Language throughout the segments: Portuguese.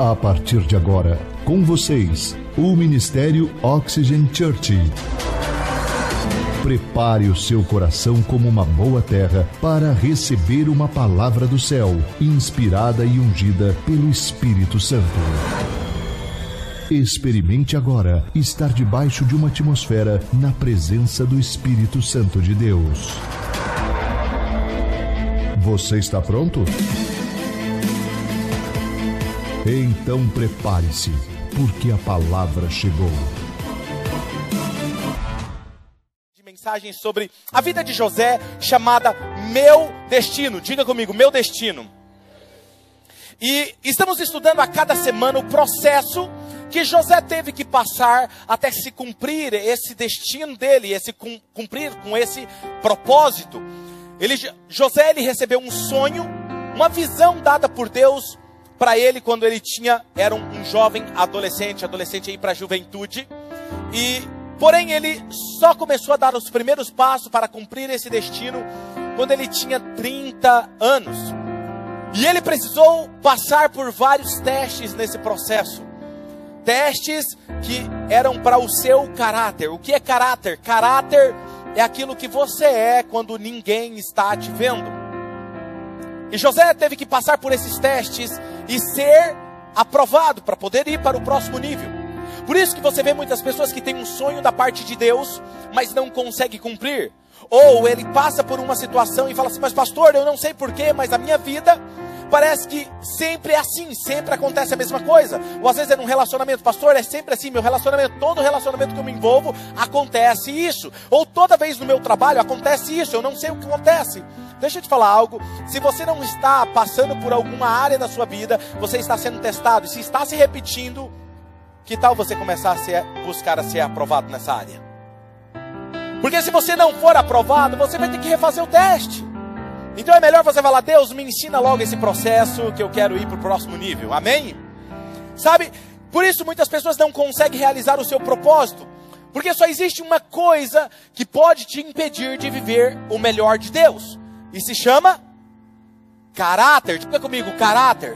A partir de agora, com vocês, o Ministério Oxygen Church. Prepare o seu coração como uma boa terra para receber uma palavra do céu, inspirada e ungida pelo Espírito Santo. Experimente agora estar debaixo de uma atmosfera na presença do Espírito Santo de Deus. Você está pronto? Então prepare-se, porque a palavra chegou. Mensagem sobre a vida de José, chamada Meu Destino. Diga comigo, Meu Destino. E estamos estudando a cada semana o processo que José teve que passar até se cumprir esse destino dele, cumprir com esse propósito. José recebeu um sonho, uma visão dada por Deus para ele quando ele era um jovem adolescente aí para a juventude. Porém, ele só começou a dar os primeiros passos para cumprir esse destino quando ele tinha 30 anos. E ele precisou passar por vários testes nesse processo. Testes que eram para o seu caráter. O que é caráter? Caráter é aquilo que você é quando ninguém está te vendo. E José teve que passar por esses testes e ser aprovado para poder ir para o próximo nível. Por isso que você vê muitas pessoas que têm um sonho da parte de Deus, mas não conseguem cumprir. Ou ele passa por uma situação e fala assim, mas pastor, eu não sei porquê, mas a minha vida parece que sempre é assim, sempre acontece a mesma coisa. Ou às vezes é num relacionamento, pastor, é sempre assim, meu relacionamento, todo relacionamento que eu me envolvo, acontece isso. Ou toda vez no meu trabalho acontece isso, eu não sei o que acontece. Deixa eu te falar algo, se você não está passando por alguma área da sua vida, você está sendo testado, e se está se repetindo, que tal você começar a buscar a ser aprovado nessa área? Porque se você não for aprovado, você vai ter que refazer o teste. Então é melhor você falar, Deus, me ensina logo esse processo que eu quero ir para o próximo nível. Amém? Sabe, por isso muitas pessoas não conseguem realizar o seu propósito. Porque só existe uma coisa que pode te impedir de viver o melhor de Deus. E se chama caráter. Diga comigo, caráter.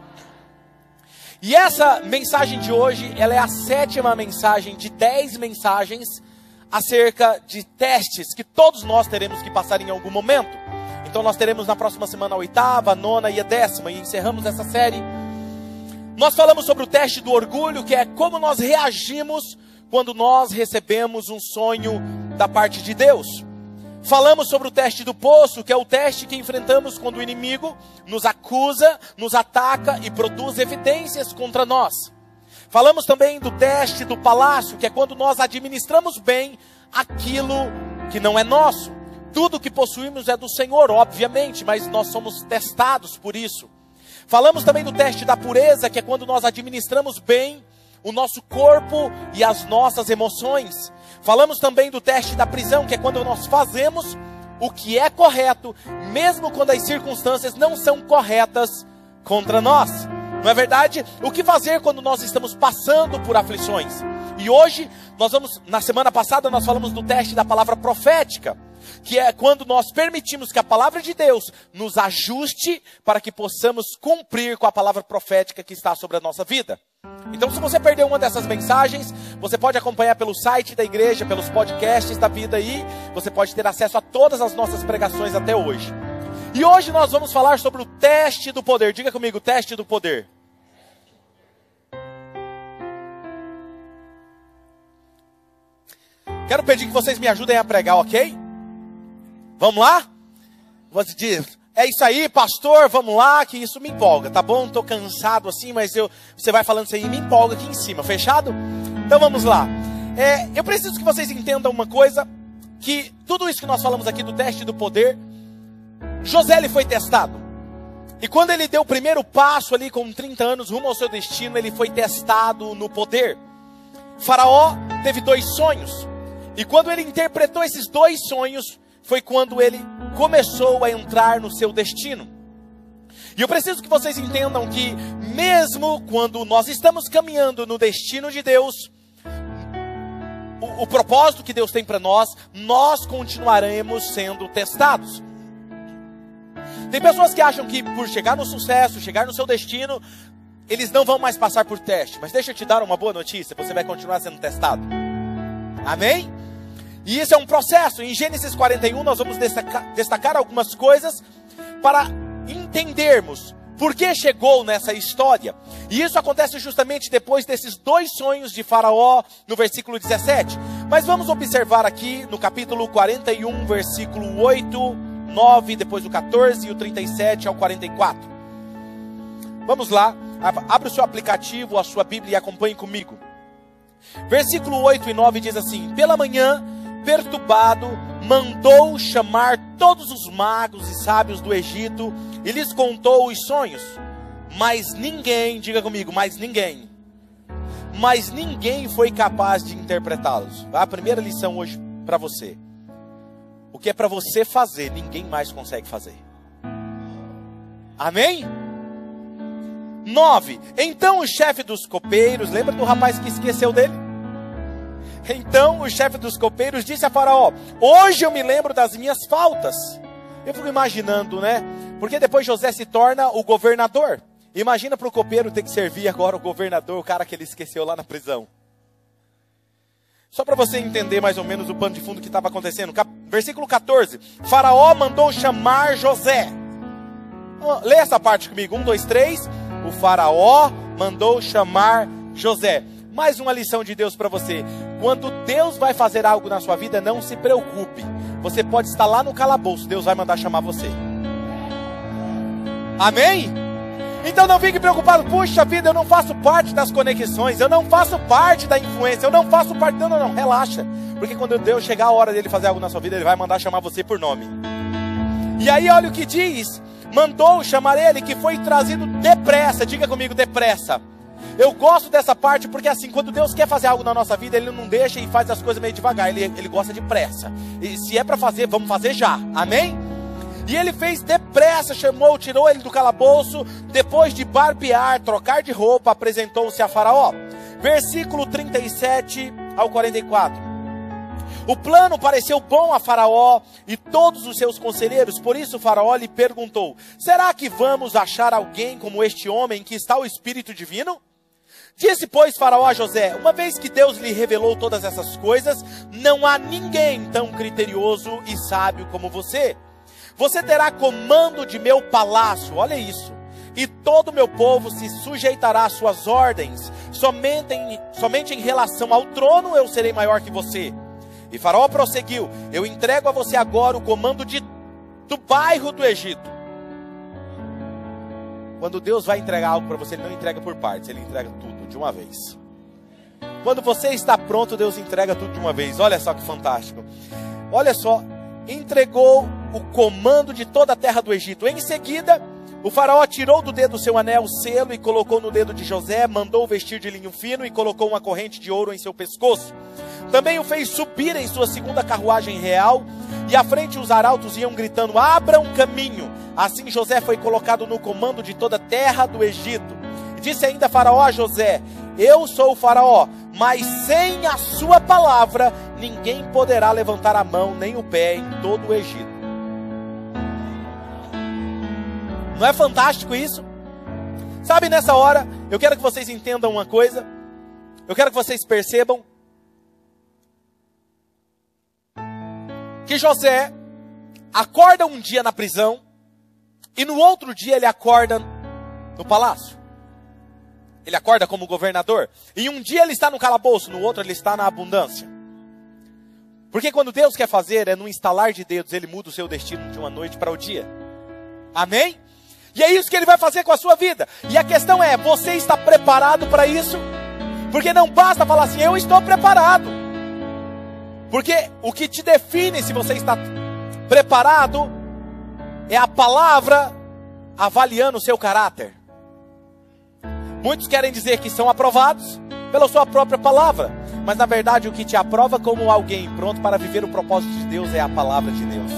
E essa mensagem de hoje, ela é a 7ª mensagem de 10 mensagens acerca de testes que todos nós teremos que passar em algum momento. Então nós teremos na próxima semana a 8ª, a 9ª e a 10ª, e encerramos essa série. Nós falamos sobre o teste do orgulho, que é como nós reagimos quando nós recebemos um sonho da parte de Deus. Falamos sobre o teste do poço, que é o teste que enfrentamos quando o inimigo nos acusa, nos ataca e produz evidências contra nós. Falamos também do teste do palácio, que é quando nós administramos bem aquilo que não é nosso. Tudo que possuímos é do Senhor, obviamente, mas nós somos testados por isso. Falamos também do teste da pureza, que é quando nós administramos bem o nosso corpo e as nossas emoções. Falamos também do teste da prisão, que é quando nós fazemos o que é correto, mesmo quando as circunstâncias não são corretas contra nós. Não é verdade? O que fazer quando nós estamos passando por aflições? E hoje, na semana passada, nós falamos do teste da palavra profética, que é quando nós permitimos que a palavra de Deus nos ajuste para que possamos cumprir com a palavra profética que está sobre a nossa vida. Então, se você perdeu uma dessas mensagens, você pode acompanhar pelo site da igreja, pelos podcasts da vida aí, você pode ter acesso a todas as nossas pregações até hoje. E hoje nós vamos falar sobre o teste do poder. Diga comigo, teste do poder. Quero pedir que vocês me ajudem a pregar, ok? Vamos lá? Você diz, é isso aí, pastor, vamos lá, que isso me empolga, tá bom? Estou cansado assim, mas você vai falando isso aí e me empolga aqui em cima, fechado? Então vamos lá. Eu preciso que vocês entendam uma coisa, que tudo isso que nós falamos aqui do teste do poder, José ele foi testado. E quando ele deu o primeiro passo ali com 30 anos rumo ao seu destino, ele foi testado no poder. Faraó teve 2 sonhos. E quando ele interpretou esses 2 sonhos, foi quando ele começou a entrar no seu destino. E eu preciso que vocês entendam que mesmo quando nós estamos caminhando no destino de Deus, o propósito que Deus tem para nós continuaremos sendo testados. Tem pessoas que acham que por chegar no sucesso, chegar no seu destino, eles não vão mais passar por teste. Mas deixa eu te dar uma boa notícia, você vai continuar sendo testado. Amém? E isso é um processo. Em Gênesis 41 nós vamos destacar algumas coisas para entendermos por que chegou nessa história. E isso acontece justamente depois desses 2 sonhos de Faraó, no versículo 17. Mas vamos observar aqui no capítulo 41, versículo 8, 9, depois o 14 e o 37 ao 44. Vamos lá, abre o seu aplicativo, a sua Bíblia e acompanhe comigo. Versículo 8 e 9 diz assim: pela manhã, perturbado, mandou chamar todos os magos e sábios do Egito e lhes contou os sonhos. Mas ninguém, diga comigo, mas ninguém foi capaz de interpretá-los. A primeira lição hoje para você: o que é para você fazer, ninguém mais consegue fazer. Amém? 9. Então o chefe dos copeiros, lembra do rapaz que esqueceu dele? Então o chefe dos copeiros disse a Faraó: hoje eu me lembro das minhas faltas. Eu fico imaginando, né? Porque depois José se torna o governador. Imagina para o copeiro ter que servir agora o governador, o cara que ele esqueceu lá na prisão. Só para você entender mais ou menos o pano de fundo que estava acontecendo. Versículo 14. Faraó mandou chamar José. Lê essa parte comigo. 1, 2, 3. O Faraó mandou chamar José. Mais uma lição de Deus para você. Quando Deus vai fazer algo na sua vida, não se preocupe. Você pode estar lá no calabouço, Deus vai mandar chamar você. Amém? Então não fique preocupado. Puxa vida, eu não faço parte das conexões, eu não faço parte da influência, eu não faço parte... Não, relaxa. Porque quando Deus chegar a hora dele fazer algo na sua vida, ele vai mandar chamar você por nome. E aí olha o que diz. Mandou chamar ele, que foi trazido depressa. Diga comigo, depressa. Eu gosto dessa parte porque assim, quando Deus quer fazer algo na nossa vida, Ele não deixa e faz as coisas meio devagar. Ele gosta de pressa. E se é para fazer, vamos fazer já. Amém? E ele fez depressa, chamou, tirou ele do calabouço. Depois de barbear, trocar de roupa, apresentou-se a Faraó. Versículo 37 ao 44. O plano pareceu bom a Faraó e todos os seus conselheiros. Por isso Faraó lhe perguntou: será que vamos achar alguém como este homem que está o Espírito Divino? Disse, pois, Faraó a José: uma vez que Deus lhe revelou todas essas coisas, não há ninguém tão criterioso e sábio como você. Você terá comando de meu palácio, olha isso, e todo o meu povo se sujeitará às suas ordens. Somente em relação ao trono eu serei maior que você. E Faraó prosseguiu: eu entrego a você agora o comando do bairro do Egito. Quando Deus vai entregar algo para você, Ele não entrega por partes, Ele entrega tudo de uma vez. Quando você está pronto, Deus entrega tudo de uma vez. Olha só que fantástico. Olha só, entregou o comando de toda a terra do Egito. Em seguida, o Faraó tirou do dedo seu anel, o selo, e colocou no dedo de José, mandou vestir de linho fino e colocou uma corrente de ouro em seu pescoço. Também o fez subir em sua segunda carruagem real, e à frente os arautos iam gritando: abra um caminho. Assim José foi colocado no comando de toda a terra do Egito. Disse ainda Faraó a José: eu sou o Faraó, mas sem a sua palavra ninguém poderá levantar a mão nem o pé em todo o Egito. Não é fantástico isso? Sabe, nessa hora, eu quero que vocês entendam uma coisa. Eu quero que vocês percebam que José acorda um dia na prisão e no outro dia ele acorda no palácio. Ele acorda como governador. E um dia ele está no calabouço, no outro ele está na abundância. Porque quando Deus quer fazer, é num estalar de dedos, Ele muda o seu destino de uma noite para o dia. Amém? E é isso que Ele vai fazer com a sua vida. E a questão é, você está preparado para isso? Porque não basta falar assim: eu estou preparado. Porque o que te define se você está preparado é a palavra avaliando o seu caráter. Muitos querem dizer que são aprovados pela sua própria palavra, mas na verdade o que te aprova como alguém pronto para viver o propósito de Deus é a palavra de Deus.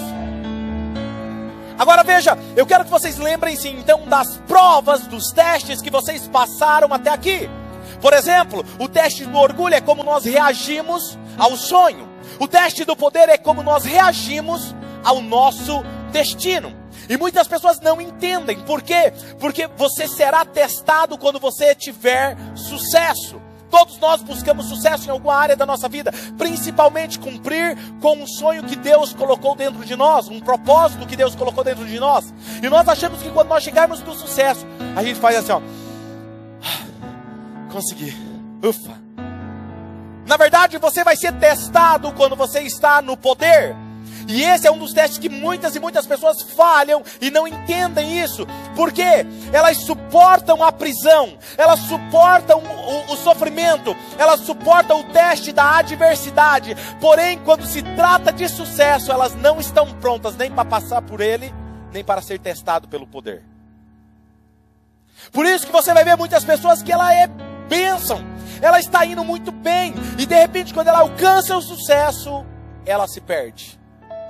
Agora veja, eu quero que vocês lembrem-se então das provas, dos testes que vocês passaram até aqui. Por exemplo, o teste do orgulho é como nós reagimos ao sonho. O teste do poder é como nós reagimos ao nosso destino. E muitas pessoas não entendem. Por quê? Porque você será testado quando você tiver sucesso. Todos nós buscamos sucesso em alguma área da nossa vida, principalmente cumprir com um sonho que Deus colocou dentro de nós, um propósito que Deus colocou dentro de nós. E nós achamos que quando nós chegarmos no sucesso, a gente faz assim, ó, consegui, ufa. Na verdade, você vai ser testado quando você está no poder. E esse é um dos testes que muitas e muitas pessoas falham e não entendem isso. Por quê? Elas suportam a prisão, elas suportam o sofrimento, elas suportam o teste da adversidade. Porém, quando se trata de sucesso, elas não estão prontas nem para passar por ele, nem para ser testado pelo poder. Por isso que você vai ver muitas pessoas que ela é bênção, ela está indo muito bem, e de repente quando ela alcança o sucesso, ela se perde.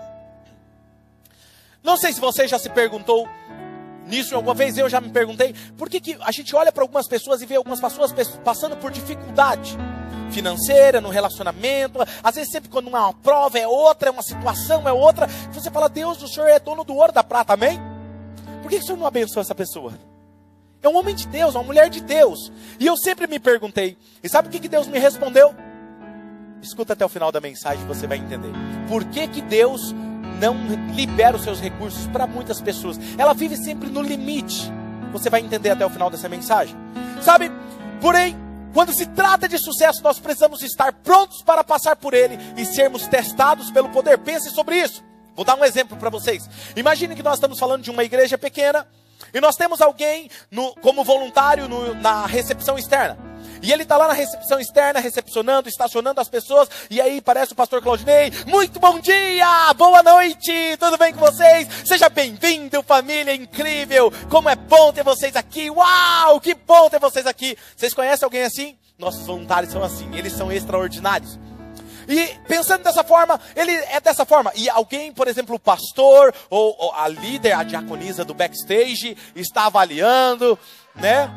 Não sei se você já se perguntou nisso alguma vez, eu já me perguntei, por que a gente olha para algumas pessoas e vê algumas pessoas passando por dificuldade financeira, no relacionamento, às vezes sempre quando uma prova é outra, uma situação é outra, você fala, Deus, o Senhor é dono do ouro e da prata, amém? Por que o Senhor não abençoa essa pessoa? É um homem de Deus, uma mulher de Deus. E eu sempre me perguntei, e sabe o que Deus me respondeu? Escuta até o final da mensagem, você vai entender. Por que Deus não libera os seus recursos para muitas pessoas? Ela vive sempre no limite. Você vai entender até o final dessa mensagem. Sabe, porém, quando se trata de sucesso, nós precisamos estar prontos para passar por ele e sermos testados pelo poder. Pense sobre isso. Vou dar um exemplo para vocês. Imagine que nós estamos falando de uma igreja pequena e nós temos alguém como voluntário na recepção externa. E ele está lá na recepção externa, recepcionando, estacionando as pessoas. E aí parece o pastor Claudinei. Muito bom dia, boa noite, tudo bem com vocês? Seja bem-vindo, família incrível. Como é bom ter vocês aqui. Uau, que bom ter vocês aqui. Vocês conhecem alguém assim? Nossos voluntários são assim, eles são extraordinários. E pensando dessa forma, ele é dessa forma. E alguém, por exemplo, o pastor ou a líder, a diaconisa do backstage, está avaliando, né?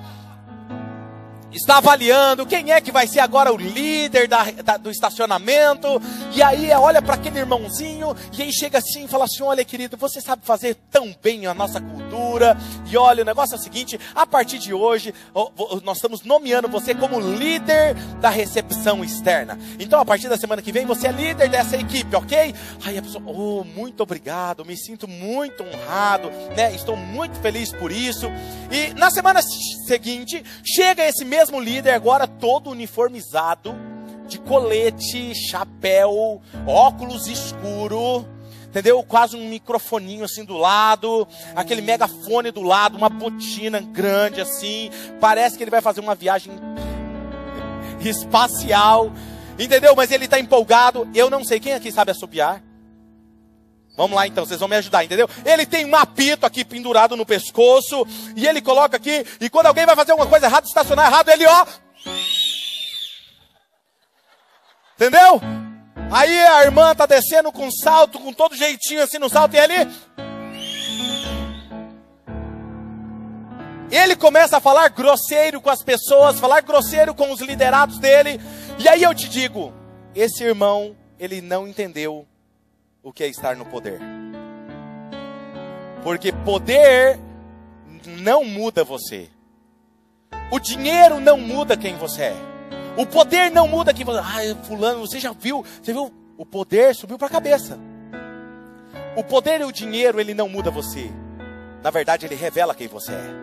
Está avaliando quem é que vai ser agora o líder do estacionamento. E aí olha para aquele irmãozinho e aí chega assim e fala assim, olha querido, você sabe fazer tão bem a nossa cultura. E olha, o negócio é o seguinte, a partir de hoje nós estamos nomeando você como líder da recepção externa. Então a partir da semana que vem você é líder dessa equipe, ok? Aí a pessoa, oh, muito obrigado, me sinto muito honrado, né? Estou muito feliz por isso. E na semana seguinte chega esse mesmo líder agora todo uniformizado, de colete, chapéu, óculos escuro, entendeu? Quase um microfoninho assim do lado, aquele megafone do lado, uma botina grande assim, parece que ele vai fazer uma viagem espacial, entendeu? Mas ele está empolgado, eu não sei, quem aqui sabe assobiar? Vamos lá então, vocês vão me ajudar, entendeu? Ele tem um apito aqui pendurado no pescoço, e ele coloca aqui, e quando alguém vai fazer alguma coisa errada, estacionar errado, ele ó... Entendeu? Aí a irmã tá descendo com salto, com todo jeitinho assim no salto, e ele começa a falar grosseiro com as pessoas, falar grosseiro com os liderados dele, e aí eu te digo, esse irmão, ele não entendeu o que é estar no poder. Porque poder não muda você. O dinheiro não muda quem você é. O poder não muda quem você é. Ah, fulano, você viu? O poder subiu para a cabeça. O poder e o dinheiro, ele não muda você. Na verdade, ele revela quem você é.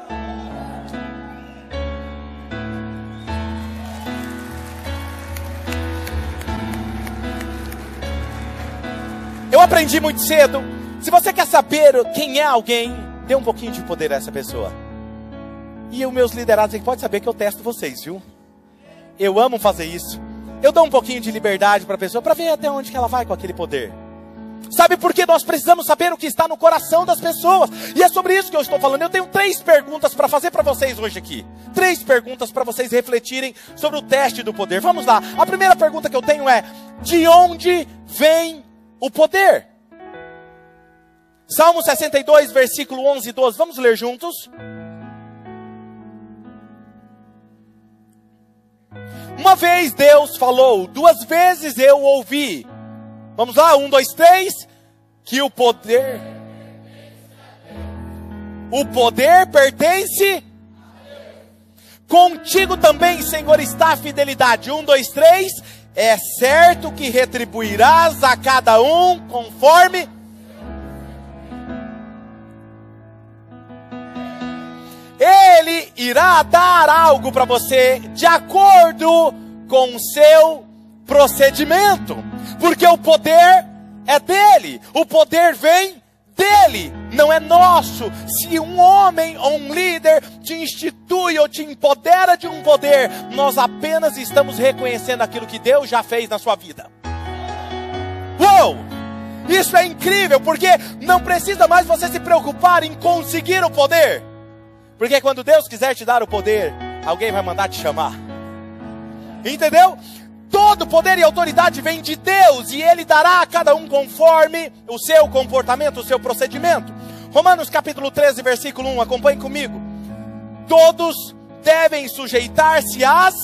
Eu aprendi muito cedo, se você quer saber quem é alguém, dê um pouquinho de poder a essa pessoa. E os meus liderados aqui podem saber que eu testo vocês, viu? Eu amo fazer isso. Eu dou um pouquinho de liberdade para a pessoa, para ver até onde que ela vai com aquele poder. Sabe por que nós precisamos saber o que está no coração das pessoas? E é sobre isso que eu estou falando. Eu tenho 3 perguntas para fazer para vocês hoje aqui. 3 perguntas para vocês refletirem sobre o teste do poder. Vamos lá. A primeira pergunta que eu tenho é, de onde vem o poder? Salmo 62, versículo 11 e 12. Vamos ler juntos? Uma vez Deus falou, 2 vezes eu ouvi. Vamos lá, 1, 2, 3. Que o poder... o poder pertence. Contigo também, Senhor, está a fidelidade. 1, 2, 3. É certo que retribuirás a cada um conforme. Ele irá dar algo para você de acordo com o seu procedimento. Porque o poder é dele. O poder vem dele, não é nosso. Se um homem ou um líder te institui ou te empodera de um poder, nós apenas estamos reconhecendo aquilo que Deus já fez na sua vida. Uou! Isso é incrível, porque não precisa mais você se preocupar em conseguir o poder. Porque quando Deus quiser te dar o poder, alguém vai mandar te chamar. Entendeu? Todo poder e autoridade vem de Deus, e Ele dará a cada um conforme o seu comportamento, o seu procedimento. Romanos capítulo 13, versículo 1, acompanhe comigo. Todos devem sujeitar-se às...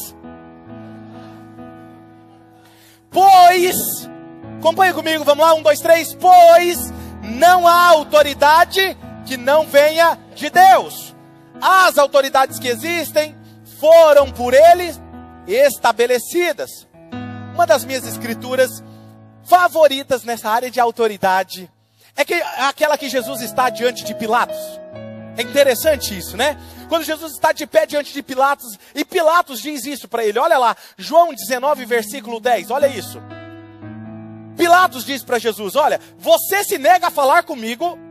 Pois, acompanhe comigo, vamos lá, 1, 2, 3. Pois não há autoridade que não venha de Deus. As autoridades que existem foram por Ele estabelecidas. Uma das minhas escrituras favoritas nessa área de autoridade é aquela que Jesus está diante de Pilatos. É interessante isso, né? Quando Jesus está de pé diante de Pilatos, e Pilatos diz isso para ele, olha lá, João 19, versículo 10, olha isso. Pilatos diz para Jesus, olha, você se nega a falar comigo?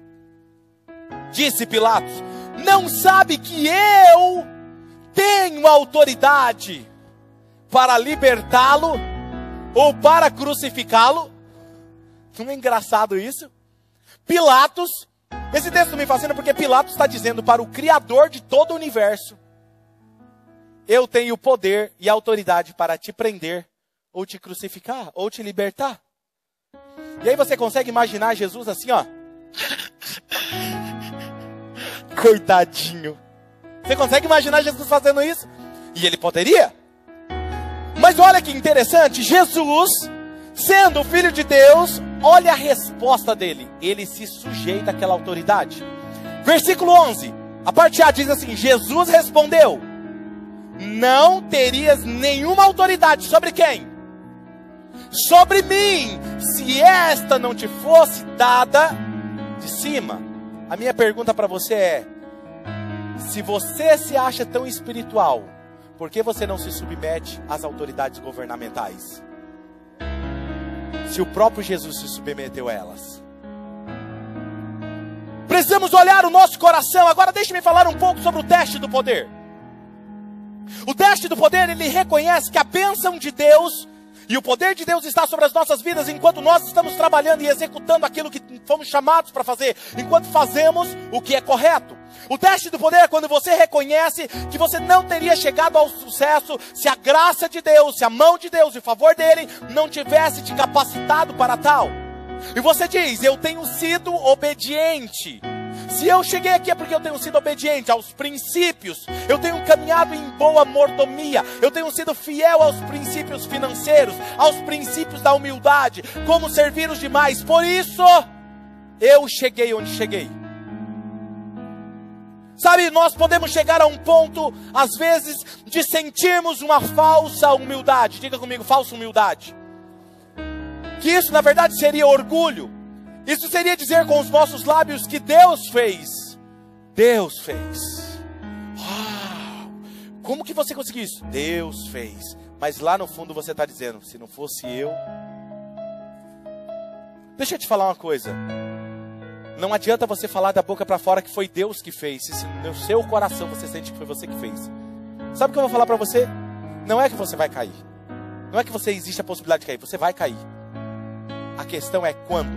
Disse Pilatos, não sabe que eu tenho autoridade para libertá-lo ou para crucificá-lo? Não é engraçado isso? Pilatos, esse texto me fascina porque Pilatos está dizendo para o Criador de todo o universo: eu tenho poder e autoridade para te prender, ou te crucificar, ou te libertar. E aí você consegue imaginar Jesus assim, ó. Coitadinho. Você consegue imaginar Jesus fazendo isso? E ele poderia. Mas olha que interessante, Jesus, sendo o Filho de Deus, olha a resposta dele. Ele se sujeita àquela autoridade. Versículo 11, a parte A diz assim, Jesus respondeu, não terias nenhuma autoridade sobre quem? Sobre mim, se esta não te fosse dada de cima. A minha pergunta para você é, se você se acha tão espiritual, por que você não se submete às autoridades governamentais? Se o próprio Jesus se submeteu a elas. Precisamos olhar o nosso coração. Agora deixe-me falar um pouco sobre o teste do poder. O teste do poder, ele reconhece que a bênção de Deus e o poder de Deus está sobre as nossas vidas enquanto nós estamos trabalhando e executando aquilo que fomos chamados para fazer, enquanto fazemos o que é correto. O teste do poder é quando você reconhece que você não teria chegado ao sucesso se a graça de Deus, se a mão de Deus e o favor dele não tivesse te capacitado para tal. E você diz, eu tenho sido obediente. Se eu cheguei aqui é porque eu tenho sido obediente aos princípios. Eu tenho caminhado em boa mordomia. Eu tenho sido fiel aos princípios financeiros, aos princípios da humildade, como servir os demais. Por isso, eu cheguei onde cheguei. Sabe, nós podemos chegar a um ponto, às vezes, de sentirmos uma falsa humildade. Diga comigo, falsa humildade. Que isso, na verdade, seria orgulho. Isso seria dizer com os nossos lábios que Deus fez. Deus fez. Uau! Como que você conseguiu isso? Deus fez. Mas lá no fundo você está dizendo, se não fosse eu... Deixa eu te falar uma coisa. Não adianta você falar da boca para fora que foi Deus que fez, se no seu coração você sente que foi você que fez. Sabe o que eu vou falar para você? Não é que você vai cair. Não é que você existe a possibilidade de cair. Você vai cair. A questão é quando.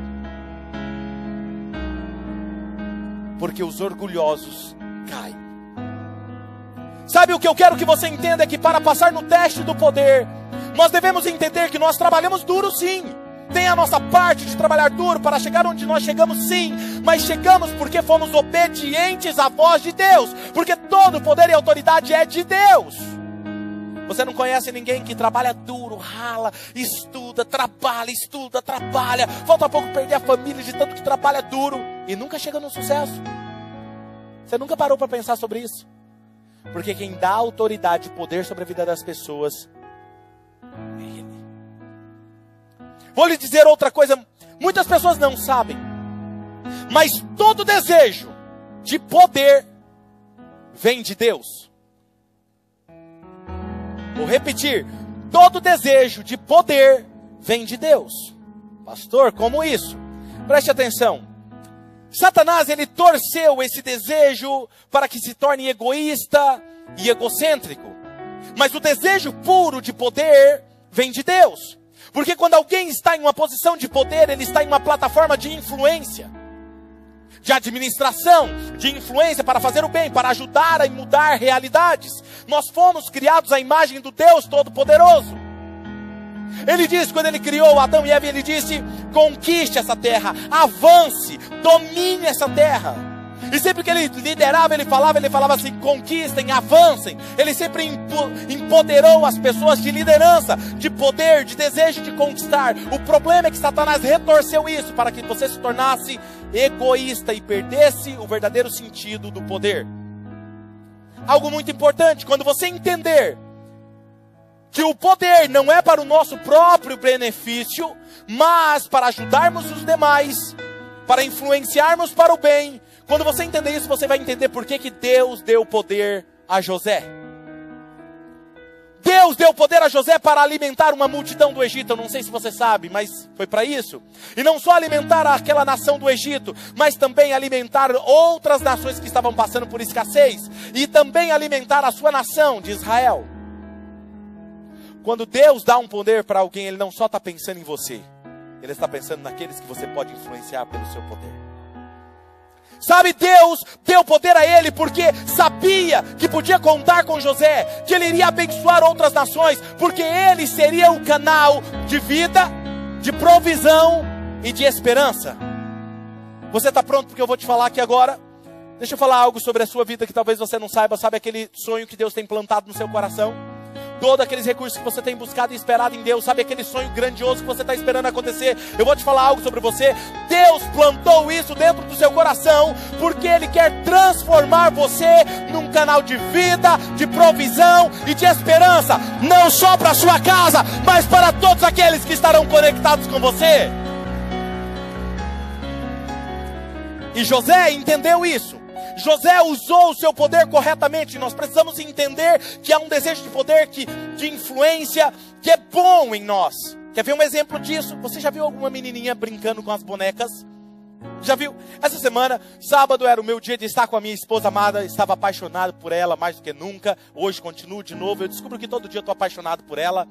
Porque os orgulhosos caem. Sabe o que eu quero que você entenda? É que para passar no teste do poder, nós devemos entender que nós trabalhamos duro sim. Tem a nossa parte de trabalhar duro para chegar onde nós chegamos sim. Mas chegamos porque fomos obedientes à voz de Deus. Porque todo poder e autoridade é de Deus. Você não conhece ninguém que trabalha duro, rala, estuda, trabalha, falta pouco perder a família de tanto que trabalha duro e nunca chega no sucesso. Você nunca parou para pensar sobre isso? Porque quem dá autoridade e poder sobre a vida das pessoas é Ele. Vou lhe dizer outra coisa, muitas pessoas não sabem, mas todo desejo de poder vem de Deus. Vou repetir, todo desejo de poder vem de Deus. Pastor, como isso? Preste atenção. Satanás, ele torceu esse desejo para que se torne egoísta e egocêntrico. Mas o desejo puro de poder vem de Deus. Porque quando alguém está em uma posição de poder, ele está em uma plataforma de influência, de administração, de influência para fazer o bem, para ajudar a mudar realidades. Nós fomos criados à imagem do Deus Todo-Poderoso. Ele disse, quando ele criou Adão e Eva, ele disse: conquiste essa terra, avance, domine essa terra. E sempre que ele liderava, ele falava assim: conquistem, avancem. Ele sempre empoderou as pessoas de liderança, de poder, de desejo de conquistar. O problema é que Satanás retorceu isso para que você se tornasse egoísta e perdesse o verdadeiro sentido do poder. Algo muito importante, quando você entender que o poder não é para o nosso próprio benefício, mas para ajudarmos os demais, para influenciarmos para o bem. Quando você entender isso, você vai entender por que Deus deu poder a José. Deus deu poder a José para alimentar uma multidão do Egito. Eu não sei se você sabe, mas foi para isso. E não só alimentar aquela nação do Egito, mas também alimentar outras nações que estavam passando por escassez. E também alimentar a sua nação de Israel. Quando Deus dá um poder para alguém, Ele não só está pensando em você. Ele está pensando naqueles que você pode influenciar pelo seu poder. Sabe, Deus deu poder a ele porque sabia que podia contar com José, que ele iria abençoar outras nações, porque ele seria o canal de vida, de provisão e de esperança. Você está pronto porque eu vou te falar aqui agora? Deixa eu falar algo sobre a sua vida que talvez você não saiba. Sabe aquele sonho que Deus tem plantado no seu coração? Todos aqueles recursos que você tem buscado e esperado em Deus. Sabe aquele sonho grandioso que você está esperando acontecer? Eu vou te falar algo sobre você. Deus plantou isso dentro do seu coração, porque Ele quer transformar você num canal de vida, de provisão e de esperança. Não só para a sua casa, mas para todos aqueles que estarão conectados com você. E José entendeu isso. José usou o seu poder corretamente. Nós precisamos entender que há um desejo de poder, de influência, que é bom em nós. Quer ver um exemplo disso? Você já viu alguma menininha brincando com as bonecas? Já viu? Essa semana, sábado, era o meu dia de estar com a minha esposa amada. Estava apaixonado por ela mais do que nunca. Hoje continuo de novo. Eu descubro que todo dia eu estou apaixonado por ela.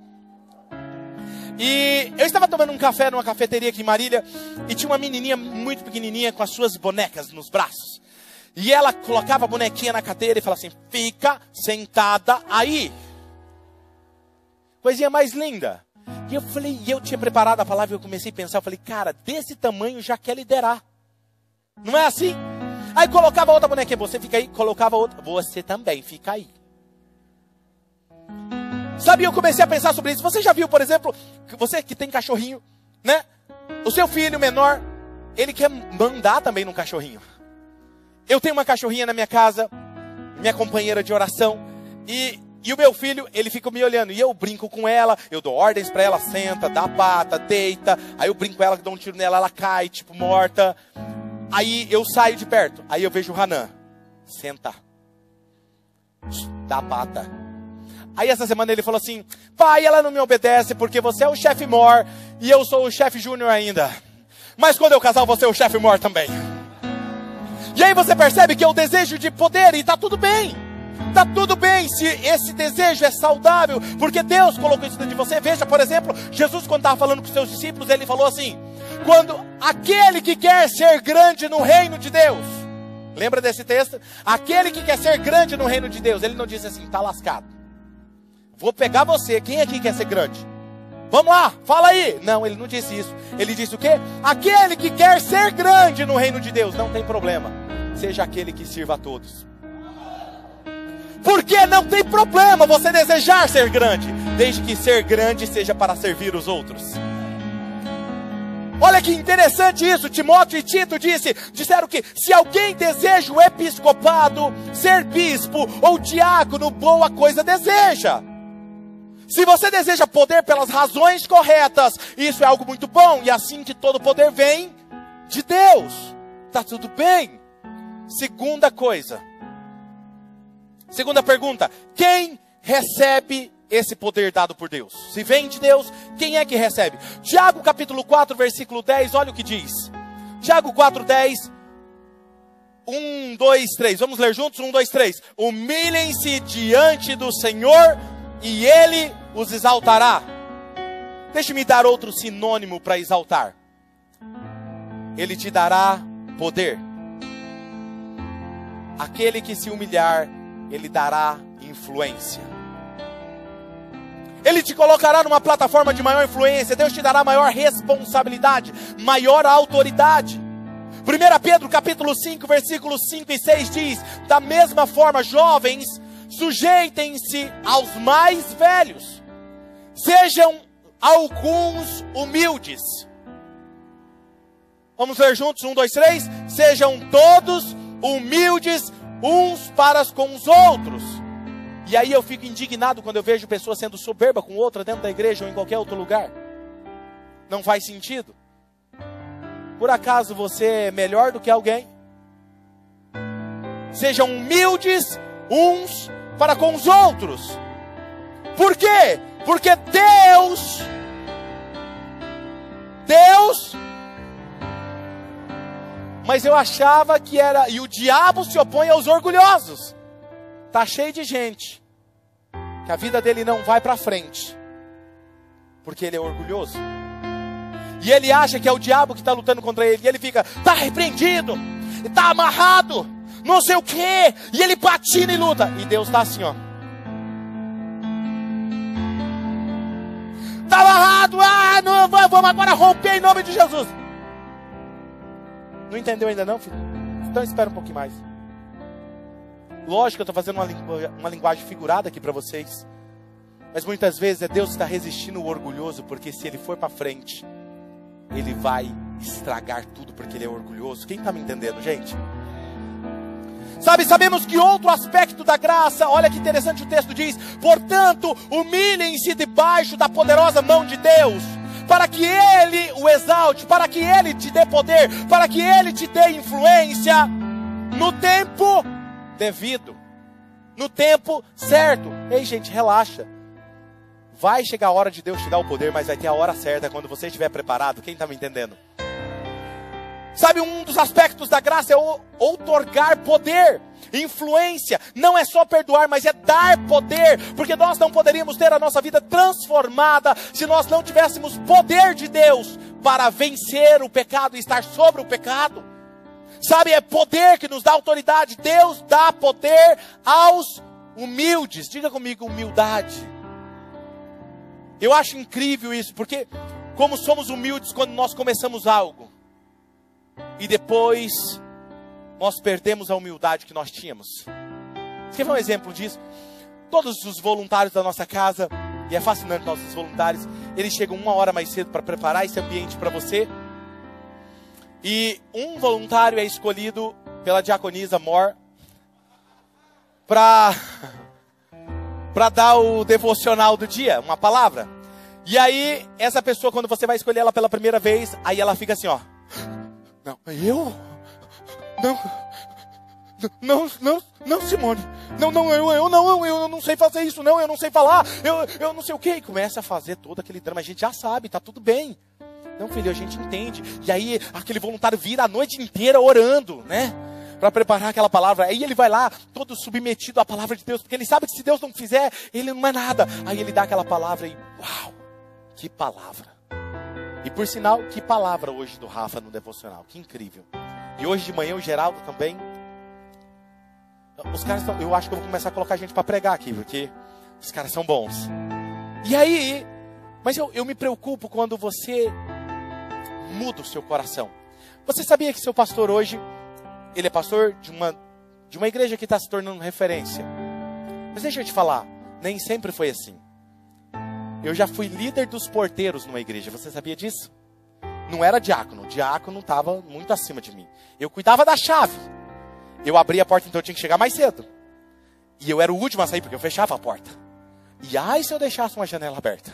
E eu estava tomando um café numa cafeteria aqui em Marília, e tinha uma menininha muito pequenininha com as suas bonecas nos braços. E ela colocava a bonequinha na cadeira e falava assim: fica sentada aí. Coisinha mais linda. E eu tinha preparado a palavra e eu comecei a pensar, eu falei: cara, desse tamanho já quer liderar. Não é assim? Aí colocava outra bonequinha, você fica aí, colocava outra, você também fica aí. Sabe, eu comecei a pensar sobre isso. Você já viu, por exemplo, você que tem cachorrinho, né? O seu filho menor, ele quer mandar também num cachorrinho. Eu tenho uma cachorrinha na minha casa, minha companheira de oração, e o meu filho, ele fica me olhando, e eu brinco com ela, eu dou ordens para ela: senta, dá a pata, deita. Aí eu brinco com ela, dou um tiro nela, ela cai, tipo, morta. Aí eu saio de perto, aí eu vejo o Hanan: senta, dá a pata. Aí essa semana ele falou assim: pai, ela não me obedece porque você é o chefe mor e eu sou o chefe júnior ainda. Mas quando eu casar, você é o chefe mor também. E aí você percebe que é o desejo de poder, e está tudo bem. Está tudo bem se esse desejo é saudável, porque Deus colocou isso dentro de você. Veja, por exemplo, Jesus, quando estava falando com os seus discípulos, ele falou assim: quando aquele que quer ser grande no reino de Deus, lembra desse texto? Aquele que quer ser grande no reino de Deus, ele não disse assim: está lascado, vou pegar você, quem aqui quer ser grande? Vamos lá, fala aí. Não, ele não disse isso. Ele disse o quê? Aquele que quer ser grande no reino de Deus, não tem problema, seja aquele que sirva a todos. Porque não tem problema você desejar ser grande, desde que ser grande seja para servir os outros. Olha que interessante isso. Timóteo e Tito disseram que se alguém deseja o episcopado, ser bispo ou diácono, boa coisa deseja. Se você deseja poder pelas razões corretas, isso é algo muito bom. E assim que todo poder vem de Deus, está tudo bem. Segunda coisa. Segunda pergunta. Quem recebe esse poder dado por Deus? Se vem de Deus, quem é que recebe? Tiago capítulo 4, versículo 10, olha o que diz. Tiago 4, 10. 1, 2, 3. Vamos ler juntos? 1, 2, 3. Humilhem-se diante do Senhor e Ele os exaltará. Deixe-me dar outro sinônimo para exaltar. Ele te dará poder. Aquele que se humilhar, Ele dará influência. Ele te colocará numa plataforma de maior influência. Deus te dará maior responsabilidade, maior autoridade. 1 Pedro capítulo 5, versículos 5 e 6 diz: da mesma forma, jovens, sujeitem-se aos mais velhos. Sejam alguns humildes. Vamos ler juntos? 1, 2, 3. Sejam todos humildes uns para com os outros. E aí eu fico indignado quando eu vejo pessoas sendo soberba com outra dentro da igreja ou em qualquer outro lugar. Não faz sentido. Por acaso você é melhor do que alguém? Sejam humildes uns para com os outros. Por quê? Porque Deus, mas eu achava que era, e o diabo se opõe aos orgulhosos. Está cheio de gente que a vida dele não vai para frente, porque ele é orgulhoso. E ele acha que é o diabo que está lutando contra ele. E ele fica, está repreendido, está amarrado, não sei o quê. E ele patina e luta. E Deus está assim, ó. Está amarrado, não, vamos agora romper em nome de Jesus. Não entendeu ainda não, filho? Então espera um pouquinho mais. Lógico que eu estou fazendo uma linguagem figurada aqui para vocês. Mas muitas vezes é Deus que está resistindo o orgulhoso. Porque se ele for para frente, ele vai estragar tudo, porque ele é orgulhoso. Quem está me entendendo, gente? Sabemos que outro aspecto da graça, olha que interessante o texto diz: portanto, humilhem-se debaixo da poderosa mão de Deus, para que Ele o exalte, para que Ele te dê poder, para que Ele te dê influência, no tempo devido, no tempo certo. Ei, gente, relaxa. Vai chegar a hora de Deus te dar o poder, mas vai ter a hora certa, quando você estiver preparado. Quem está me entendendo? Sabe, um dos aspectos da graça é outorgar poder, influência. Não é só perdoar, mas é dar poder. Porque nós não poderíamos ter a nossa vida transformada se nós não tivéssemos poder de Deus para vencer o pecado e estar sobre o pecado. Sabe, é poder que nos dá autoridade. Deus dá poder aos humildes. Diga comigo, humildade. Eu acho incrível isso, porque como somos humildes quando nós começamos algo, e depois nós perdemos a humildade que nós tínhamos. Você quer ver um exemplo disso? Todos os voluntários da nossa casa, e é fascinante nossos voluntários, eles chegam 1 hora mais cedo para preparar esse ambiente para você. E um voluntário é escolhido pela diaconisa Mor para dar o devocional do dia, uma palavra. E aí, essa pessoa, quando você vai escolher ela pela primeira vez, aí ela fica assim, ó. Não, eu? Não, Simone. Eu não sei fazer isso, não, eu não sei falar, eu não sei o quê. E começa a fazer todo aquele drama, a gente já sabe, tá tudo bem. Não, filho, a gente entende. E aí, aquele voluntário vira a noite inteira orando, né? Para preparar aquela palavra. Aí ele vai lá, todo submetido à palavra de Deus, porque ele sabe que se Deus não fizer, ele não é nada. Aí ele dá aquela palavra e, uau, que palavra. E por sinal, que palavra hoje do Rafa no devocional, que incrível. E hoje de manhã o Geraldo também. Os caras estão, eu acho que eu vou começar a colocar gente para pregar aqui, porque os caras são bons. E aí, mas eu me preocupo quando você muda o seu coração. Você sabia que seu pastor hoje, ele é pastor de uma igreja que está se tornando referência. Mas deixa eu te falar, nem sempre foi assim. Eu já fui líder dos porteiros numa igreja, você sabia disso? não era diácono. O diácono estava muito acima de mim. Eu cuidava da chave. Eu abria a porta, então eu tinha que chegar mais cedo. E eu era o último a sair, porque eu fechava a porta. E ai, se eu deixasse uma janela aberta.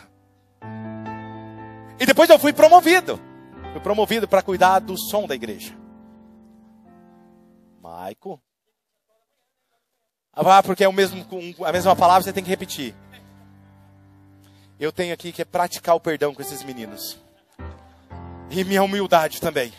E depois eu fui promovido. Fui promovido para cuidar do som da igreja. Maico. Ah, porque é a mesma palavra, você tem que repetir. Eu tenho aqui que é praticar o perdão com esses meninos. E minha humildade também.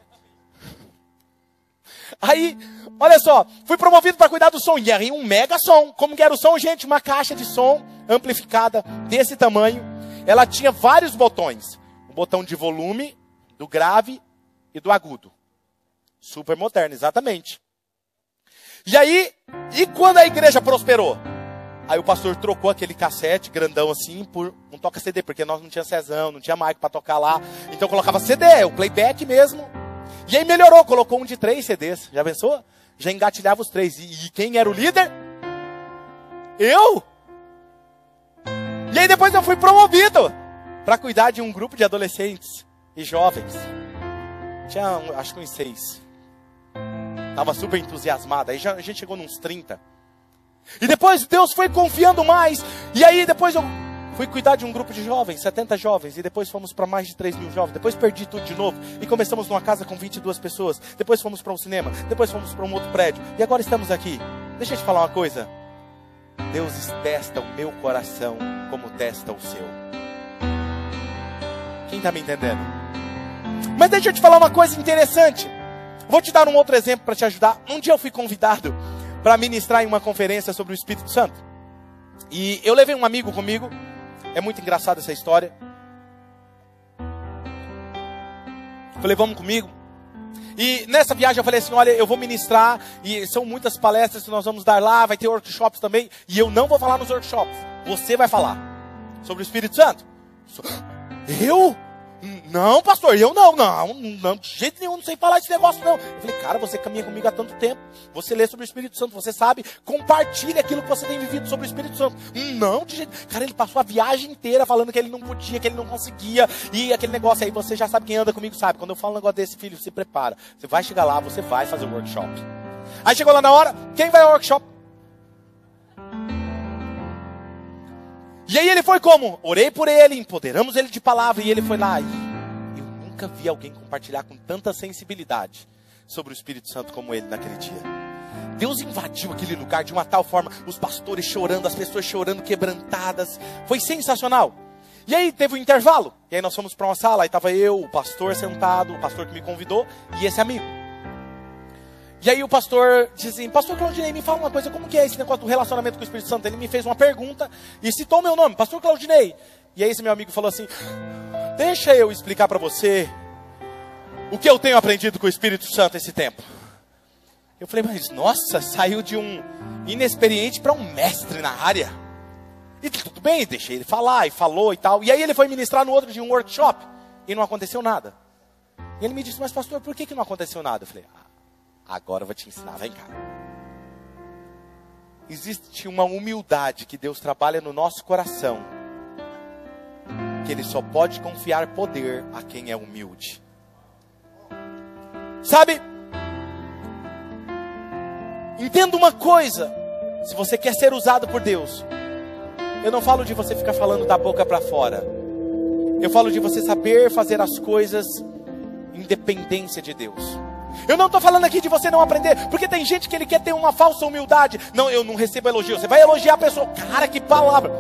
Aí, olha só, fui promovido para cuidar do som. E era um mega som. Como que era o som, gente? Uma caixa de som amplificada desse tamanho. Ela tinha vários botões. Um botão de volume, do grave e do agudo. Super moderno, exatamente. E aí, e quando a igreja prosperou? Aí o pastor trocou aquele cassete grandão assim por um toca-CD, porque nós não tinha Cezão, não tinha Maico para tocar lá. Então colocava CD, o playback mesmo. E aí melhorou, colocou um de 3 CDs. Já pensou? Já engatilhava os 3. E quem era o líder? Eu! E aí depois eu fui promovido para cuidar de um grupo de adolescentes e jovens. Tinha, acho que uns 6. Tava super entusiasmado. Aí a gente chegou nos 30. E depois Deus foi confiando mais. E aí depois eu fui cuidar de um grupo de jovens, 70 jovens. E depois fomos para mais de 3.000 jovens. Depois perdi tudo de novo. E começamos numa casa com 22 pessoas. Depois fomos para um cinema. Depois fomos para um outro prédio. E agora estamos aqui. Deixa eu te falar uma coisa. Deus testa o meu coração como testa o seu. Quem está me entendendo? Mas deixa eu te falar uma coisa interessante. Vou te dar um outro exemplo para te ajudar. Um dia eu fui convidado para ministrar em uma conferência sobre o Espírito Santo. E eu levei um amigo comigo. É muito engraçada essa história. Falei, vamos comigo. E nessa viagem eu falei assim, olha, eu vou ministrar. E são muitas palestras que nós vamos dar lá. Vai ter workshops também. E eu não vou falar nos workshops. Você vai falar sobre o Espírito Santo. Eu? Não, pastor, eu não, de jeito nenhum, não sei falar esse negócio não. Eu falei, cara, você caminha comigo há tanto tempo, você lê sobre o Espírito Santo, você sabe, compartilha aquilo que você tem vivido sobre o Espírito Santo. Não, de jeito... Cara, ele passou a viagem inteira falando que ele não podia, que ele não conseguia, e aquele negócio aí, você já sabe, quem anda comigo sabe, quando eu falo um negócio desse, filho, se prepara, você vai chegar lá, você vai fazer um workshop. Aí chegou lá na hora, quem vai ao workshop? E aí ele foi como? Orei por ele, empoderamos ele de palavra, e ele foi lá. E eu nunca vi alguém compartilhar com tanta sensibilidade sobre o Espírito Santo como ele naquele dia. Deus invadiu aquele lugar de uma tal forma, os pastores chorando, as pessoas chorando, quebrantadas. Foi sensacional. E aí teve um intervalo. E aí nós fomos para uma sala, aí estava eu, o pastor sentado, o pastor que me convidou, e esse amigo. E aí o pastor disse assim, pastor Claudinei, me fala uma coisa, como que é esse negócio do relacionamento com o Espírito Santo? Ele me fez uma pergunta e citou o meu nome, pastor Claudinei. E aí esse meu amigo falou assim, deixa eu explicar para você o que eu tenho aprendido com o Espírito Santo esse tempo. Eu falei, mas nossa, saiu de um inexperiente para um mestre na área. E tudo bem, deixei ele falar, e falou e tal. E aí ele foi ministrar no outro de um workshop e não aconteceu nada. E ele me disse, mas pastor, por que não aconteceu nada? Eu falei, agora eu vou te ensinar, vem cá. Existe uma humildade que Deus trabalha no nosso coração, que Ele só pode confiar poder a quem é humilde. Sabe? Entenda uma coisa, se você quer ser usado por Deus, eu não falo de você ficar falando da boca para fora. Eu falo de você saber fazer as coisas em dependência de Deus. Eu não estou falando aqui de você não aprender, porque tem gente que ele quer ter uma falsa humildade. Não, eu não recebo elogio. Você vai elogiar a pessoa. Cara, que palavra.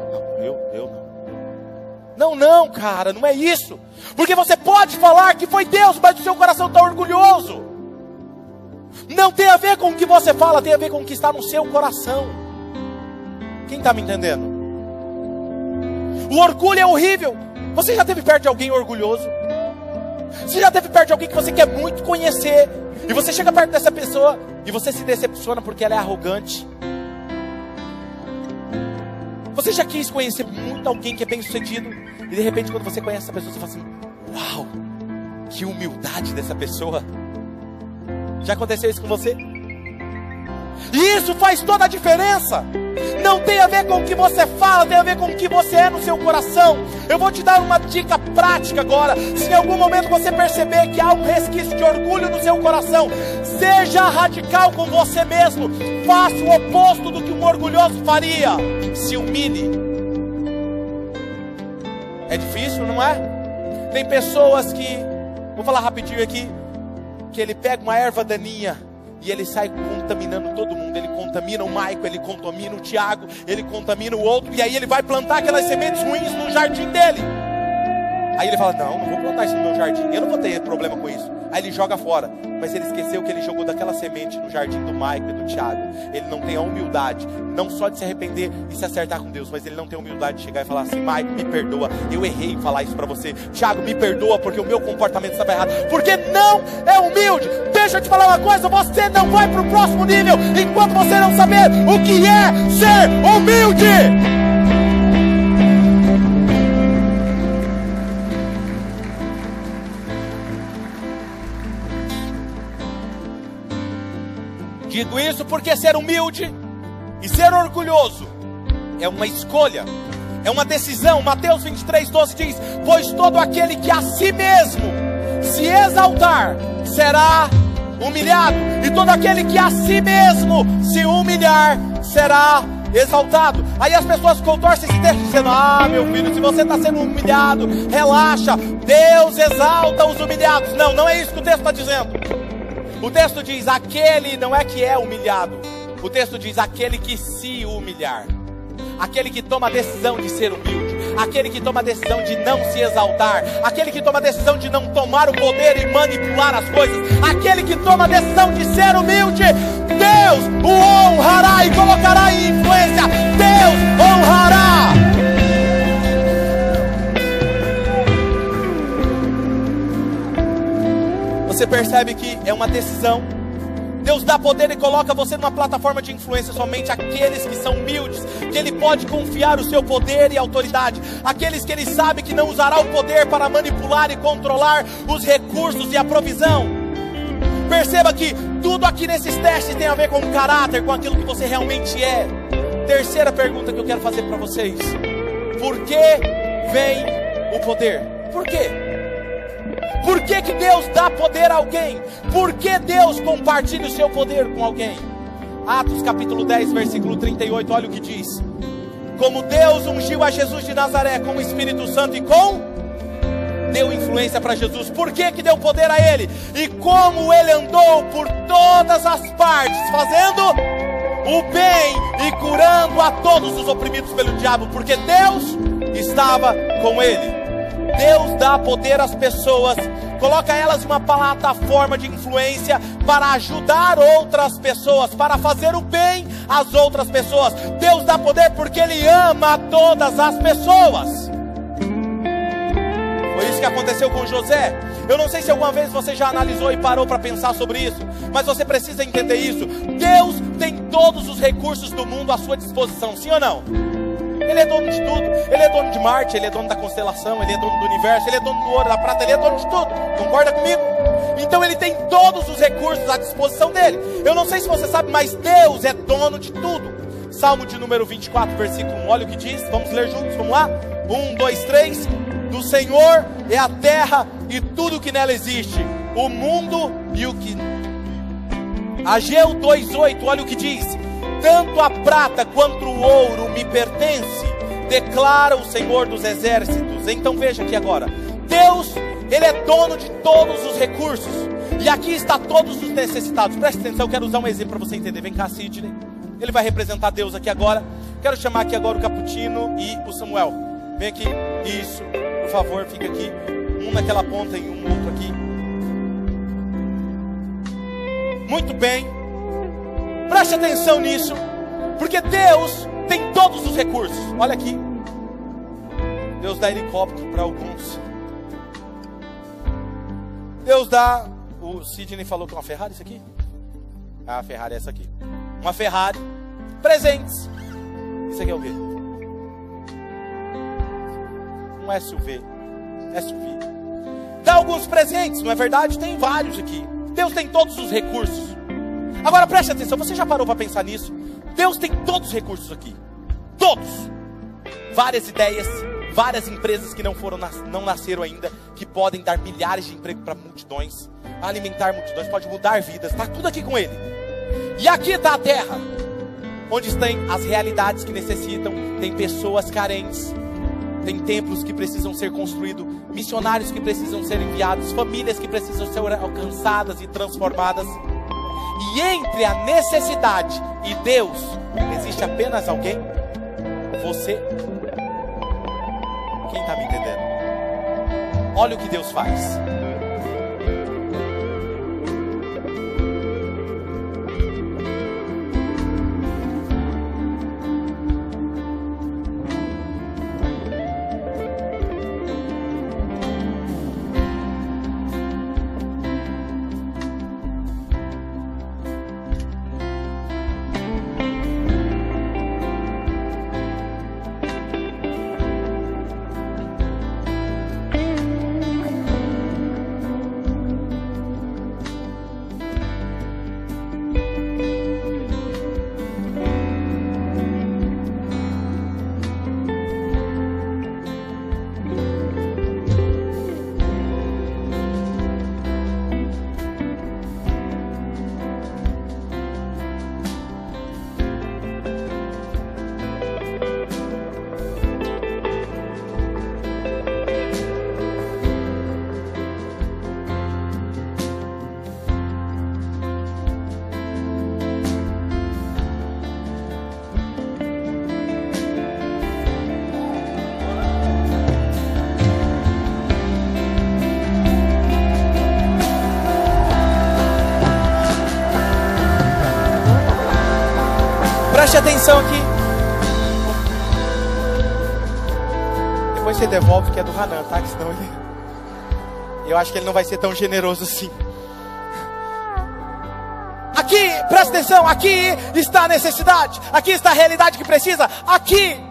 Não, cara, não é isso. Porque você pode falar que foi Deus, mas o seu coração está orgulhoso. Não tem a ver com o que você fala, tem a ver com o que está no seu coração. Quem está me entendendo? O orgulho é horrível. Você já esteve perto de alguém orgulhoso? Você já esteve perto de alguém que você quer muito conhecer, e você chega perto dessa pessoa e você se decepciona porque ela é arrogante? Você já quis conhecer muito alguém que é bem sucedido, e de repente quando você conhece essa pessoa, você fala assim, uau, que humildade dessa pessoa. Já aconteceu isso com você? E isso faz toda a diferença. não tem a ver com o que você fala, tem a ver com o que você é no seu coração. Eu vou te dar uma dica prática agora. Se em algum momento você perceber que há um resquício de orgulho no seu coração, seja radical com você mesmo. Faça o oposto do que um orgulhoso faria. Se humilhe. É difícil, não é? Tem pessoas que, vou falar rapidinho aqui, que ele pega uma erva daninha e ele sai contaminando todo mundo. Ele contamina o Maico, ele contamina o Tiago, ele contamina o outro, e aí ele vai plantar aquelas sementes ruins no jardim dele. Aí ele fala, não vou plantar isso no meu jardim, eu não vou ter problema com isso. Aí ele joga fora, mas ele esqueceu que ele jogou daquela semente no jardim do Maico e do Tiago. Ele não tem a humildade, não só de se arrepender e se acertar com Deus, mas ele não tem a humildade de chegar e falar assim, Maico, me perdoa, eu errei em falar isso para você. Tiago, me perdoa porque o meu comportamento estava errado. Porque não é humilde. Deixa eu te falar uma coisa, você não vai para o próximo nível enquanto você não saber o que é ser humilde. Digo isso porque ser humilde e ser orgulhoso é uma escolha, é uma decisão. Mateus 23:12 diz, pois todo aquele que a si mesmo se exaltar será humilhado, e todo aquele que a si mesmo se humilhar será exaltado. Aí as pessoas contorcem esse texto dizendo, meu filho, se você está sendo humilhado, relaxa, Deus exalta os humilhados. Não é isso que o texto está dizendo. O texto diz, aquele não é que é humilhado. O texto diz, aquele que se humilhar. Aquele que toma a decisão de ser humilde. Aquele que toma a decisão de não se exaltar. Aquele que toma a decisão de não tomar o poder e manipular as coisas. Aquele que toma a decisão de ser humilde. Deus o honrará e colocará em influência. Deus honrará. Você percebe que é uma decisão. Deus dá poder e coloca você numa plataforma de influência. Somente aqueles que são humildes, que Ele pode confiar o seu poder e autoridade. Aqueles que Ele sabe que não usará o poder para manipular e controlar os recursos e a provisão. Perceba que tudo aqui nesses testes tem a ver com o caráter, com aquilo que você realmente é. Terceira pergunta que eu quero fazer para vocês: por que vem o poder? Por quê? Por que Deus dá poder a alguém? Por que Deus compartilha o seu poder com alguém? Atos capítulo 10, versículo 38, olha o que diz. Como Deus ungiu a Jesus de Nazaré com o Espírito Santo e deu influência para Jesus. Por que deu poder a ele? E como ele andou por todas as partes, fazendo o bem e curando a todos os oprimidos pelo diabo, porque Deus estava com ele. Deus dá poder às pessoas, coloca elas em uma plataforma de influência para ajudar outras pessoas, para fazer o bem às outras pessoas. Deus dá poder porque Ele ama todas as pessoas. Foi isso que aconteceu com José. Eu não sei se alguma vez você já analisou e parou para pensar sobre isso, mas você precisa entender isso. Deus tem todos os recursos do mundo à sua disposição, sim ou não? Ele é dono de tudo. Ele é dono de Marte, Ele é dono da constelação, Ele é dono do universo, Ele é dono do ouro, da prata, Ele é dono de tudo. Concorda comigo? Então Ele tem todos os recursos à disposição dEle. Eu não sei se você sabe, mas Deus é dono de tudo. Salmo de número 24, versículo 1, olha o que diz. Vamos ler juntos, vamos lá? 1, 2, 3. Do Senhor é a terra e tudo que nela existe, o mundo e o que... Ageu 2:8, olha o que diz. Tanto a prata quanto o ouro me pertence, declara o Senhor dos exércitos. Então veja aqui agora, Deus, Ele é dono de todos os recursos, e aqui está todos os necessitados. Preste atenção, eu quero usar um exemplo para você entender. Vem cá, Sidney, ele vai representar Deus aqui agora. Quero chamar aqui agora o Caputino e o Samuel. Vem aqui, isso, por favor, fica aqui. Um naquela ponta e um outro aqui. Muito bem. Preste atenção nisso, porque Deus tem todos os recursos. Olha aqui, Deus dá helicóptero para alguns. Deus dá... O Sidney falou que é uma Ferrari isso aqui? A Ferrari é essa aqui. Uma Ferrari. Presentes. Isso aqui é o quê? Um SUV. Dá alguns presentes, não é verdade? Tem vários aqui. Deus tem todos os recursos. Agora preste atenção, você já parou para pensar nisso? Deus tem todos os recursos aqui. Todos. Várias ideias, várias empresas que não nasceram ainda, que podem dar milhares de empregos para multidões, alimentar multidões, pode mudar vidas. Está tudo aqui com Ele. E aqui está a terra, onde tem as realidades que necessitam. Tem pessoas carentes, tem templos que precisam ser construídos, missionários que precisam ser enviados, famílias que precisam ser alcançadas e transformadas. E entre a necessidade e Deus, existe apenas alguém? Você. Quem está me entendendo? Olha o que Deus faz. Preste atenção aqui. Depois você devolve que é do Hanan, tá? Que senão eu acho que ele não vai ser tão generoso assim. Aqui, presta atenção, aqui está a necessidade. Aqui está a realidade que precisa. Aqui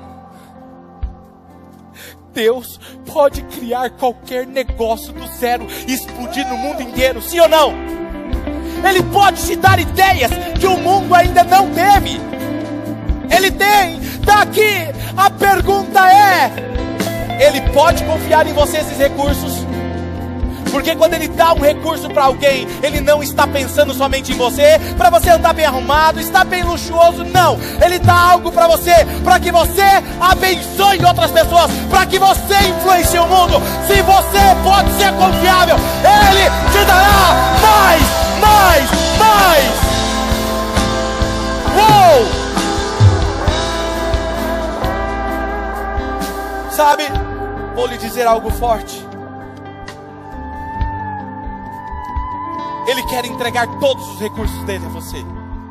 Deus pode criar qualquer negócio do zero e explodir no mundo inteiro, sim ou não? Ele pode te dar ideias que o mundo ainda não teve. Ele tem, está aqui. A pergunta é: Ele pode confiar em você esses recursos? Porque quando Ele dá um recurso para alguém, Ele não está pensando somente em você, para você andar bem arrumado, estar bem luxuoso, não. Ele dá algo para você, para que você abençoe outras pessoas, para que você influencie o mundo. Se você pode ser confiável, Ele te dará mais. Uou! Sabe, vou lhe dizer algo forte. Ele quer entregar todos os recursos dele a você.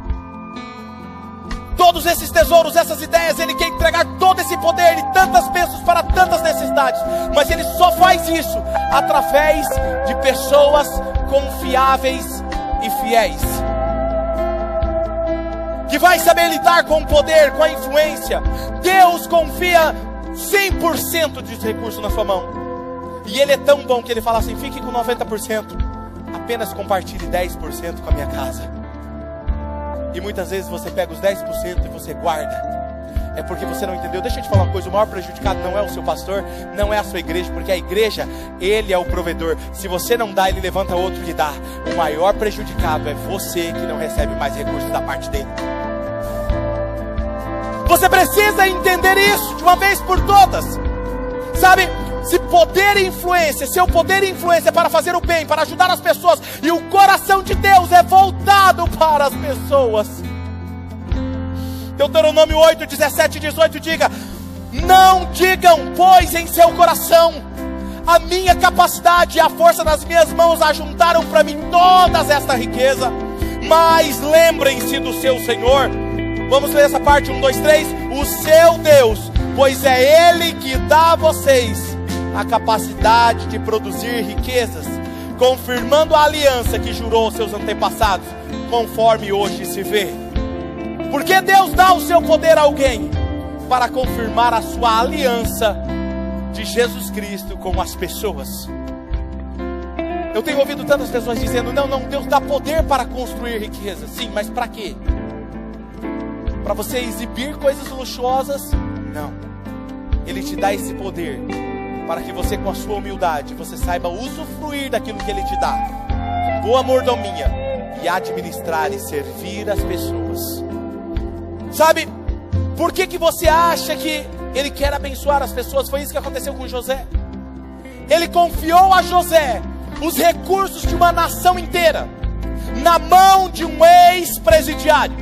Todos esses tesouros, essas ideias, Ele quer entregar todo esse poder e tantas bênçãos para tantas necessidades. Mas Ele só faz isso através de pessoas confiáveis e fiéis, que vai saber lidar com o poder, com a influência. Deus confia 100% dos recursos na sua mão. E Ele é tão bom que Ele fala assim: fique com 90%, apenas compartilhe 10% com a minha casa. E muitas vezes você pega os 10% e você guarda. É porque você não entendeu. Deixa eu te falar uma coisa: o maior prejudicado não é o seu pastor, não é a sua igreja, porque a igreja, Ele é o provedor. Se você não dá, Ele levanta outro que dá. O maior prejudicado é você, que não recebe mais recursos da parte dele. Você precisa entender isso de uma vez por todas. Sabe, se poder e influência, seu poder e influência para fazer o bem, para ajudar as pessoas, e o coração de Deus é voltado para as pessoas. Deuteronômio 8, 17 e 18 diga: não digam, pois, em seu coração: a minha capacidade e a força das minhas mãos ajuntaram para mim todas esta riqueza. Mas lembrem-se do seu Senhor. Vamos ler essa parte, 1, 2, 3. O seu Deus, pois é Ele que dá a vocês a capacidade de produzir riquezas, confirmando a aliança que jurou aos seus antepassados, conforme hoje se vê. Porque Deus dá o seu poder a alguém para confirmar a sua aliança de Jesus Cristo com as pessoas. Eu tenho ouvido tantas pessoas dizendo: não, Deus dá poder para construir riqueza. Sim, mas para quê? para você exibir coisas luxuosas. Não. Ele te dá esse poder para que você, com a sua humildade, você saiba usufruir daquilo que Ele te dá, com boa mordomia, e administrar e servir as pessoas. Sabe, por que você acha que Ele quer abençoar as pessoas? Foi isso que aconteceu com José. Ele confiou a José os recursos de uma nação inteira na mão de um ex-presidiário.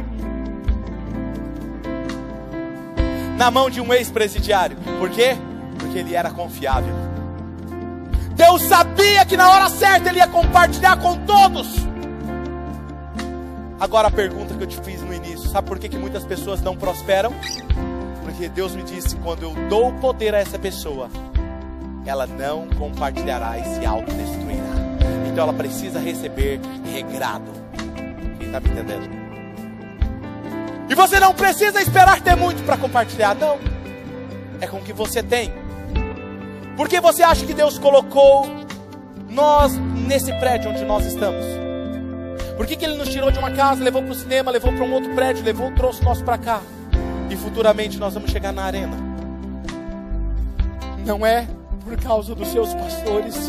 Na mão de um ex-presidiário. Por quê? Porque ele era confiável. Deus sabia que na hora certa Ele ia compartilhar com todos. Agora a pergunta que eu te fiz no início: sabe por que muitas pessoas não prosperam? Porque Deus me disse: quando eu dou poder a essa pessoa, ela não compartilhará e se autodestruirá. Então ela precisa receber regrado. Quem está me entendendo? E você não precisa esperar ter muito para compartilhar, não. É com o que você tem. Por que você acha que Deus colocou nós nesse prédio onde nós estamos? Por que Ele nos tirou de uma casa, levou para o cinema, levou para um outro prédio, trouxe nós para cá? E futuramente nós vamos chegar na arena. Não é por causa dos seus pastores.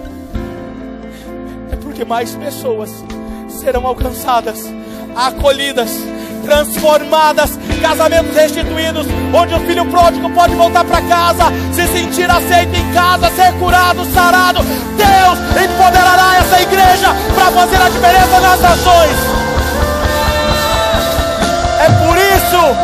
É porque mais pessoas serão alcançadas, acolhidas, transformadas, casamentos restituídos, onde o filho pródigo pode voltar para casa, se sentir aceito em casa, ser curado, sarado. Deus empoderará essa igreja para fazer a diferença nas nações. É por isso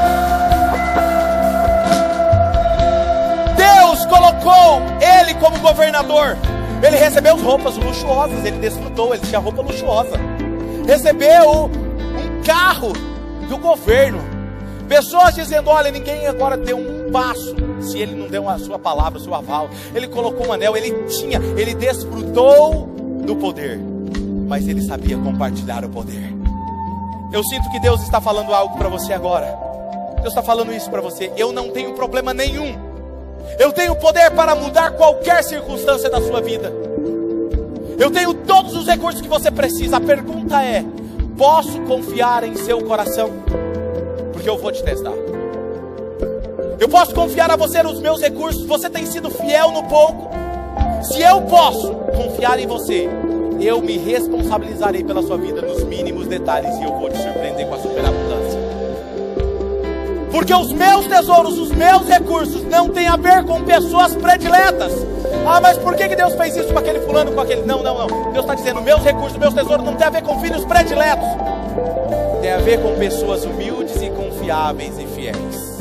Deus colocou ele como governador. Ele recebeu roupas luxuosas, ele desfrutou, ele tinha roupa luxuosa, recebeu um carro do governo. Pessoas dizendo: olha, ninguém agora deu um passo se ele não deu a sua palavra, o seu aval. Ele colocou um anel, ele desfrutou do poder, mas ele sabia compartilhar o poder. Eu sinto que Deus está falando algo para você agora. Deus está falando isso para você: eu não tenho problema nenhum, eu tenho poder para mudar qualquer circunstância da sua vida. Eu tenho todos os recursos que você precisa. A pergunta é: posso confiar em seu coração? Porque eu vou te testar. Eu posso confiar a você nos meus recursos. Você tem sido fiel no pouco. Se eu posso confiar em você, eu me responsabilizarei pela sua vida nos mínimos detalhes, e eu vou te surpreender com a superabundância. Porque os meus tesouros, os meus recursos não tem a ver com pessoas prediletas. Ah, mas por que Deus fez isso com aquele fulano, com aquele? Não. Deus está dizendo: meus recursos, meus tesouros não tem a ver com filhos prediletos. Tem a ver com pessoas humildes e confiáveis e fiéis.